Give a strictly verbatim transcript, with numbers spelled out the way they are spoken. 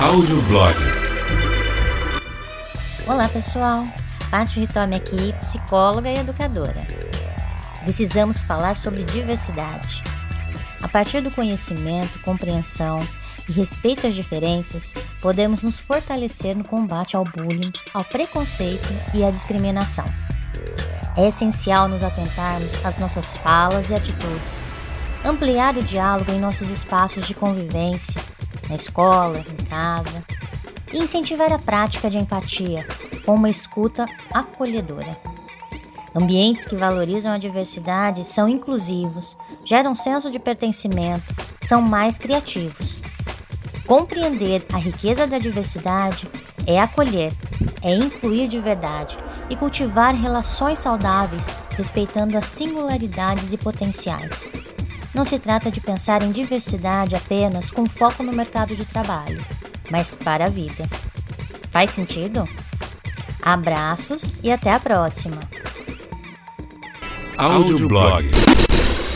Audioblog. Olá pessoal, Paty Ritome aqui, psicóloga e educadora. Precisamos falar sobre diversidade. A partir do conhecimento, compreensão e respeito às diferenças, podemos nos fortalecer no combate ao bullying, ao preconceito e à discriminação. É essencial nos atentarmos às nossas falas e atitudes, ampliar o diálogo em nossos espaços de convivência, na escola, em casa, e incentivar a prática de empatia com uma escuta acolhedora. Ambientes que valorizam a diversidade são inclusivos, geram senso de pertencimento, são mais criativos. Compreender a riqueza da diversidade é acolher, é incluir de verdade e cultivar relações saudáveis, respeitando as singularidades e potenciais. Não se trata de pensar em diversidade apenas com foco no mercado de trabalho, mas para a vida. Faz sentido? Abraços e até a próxima! Audioblog.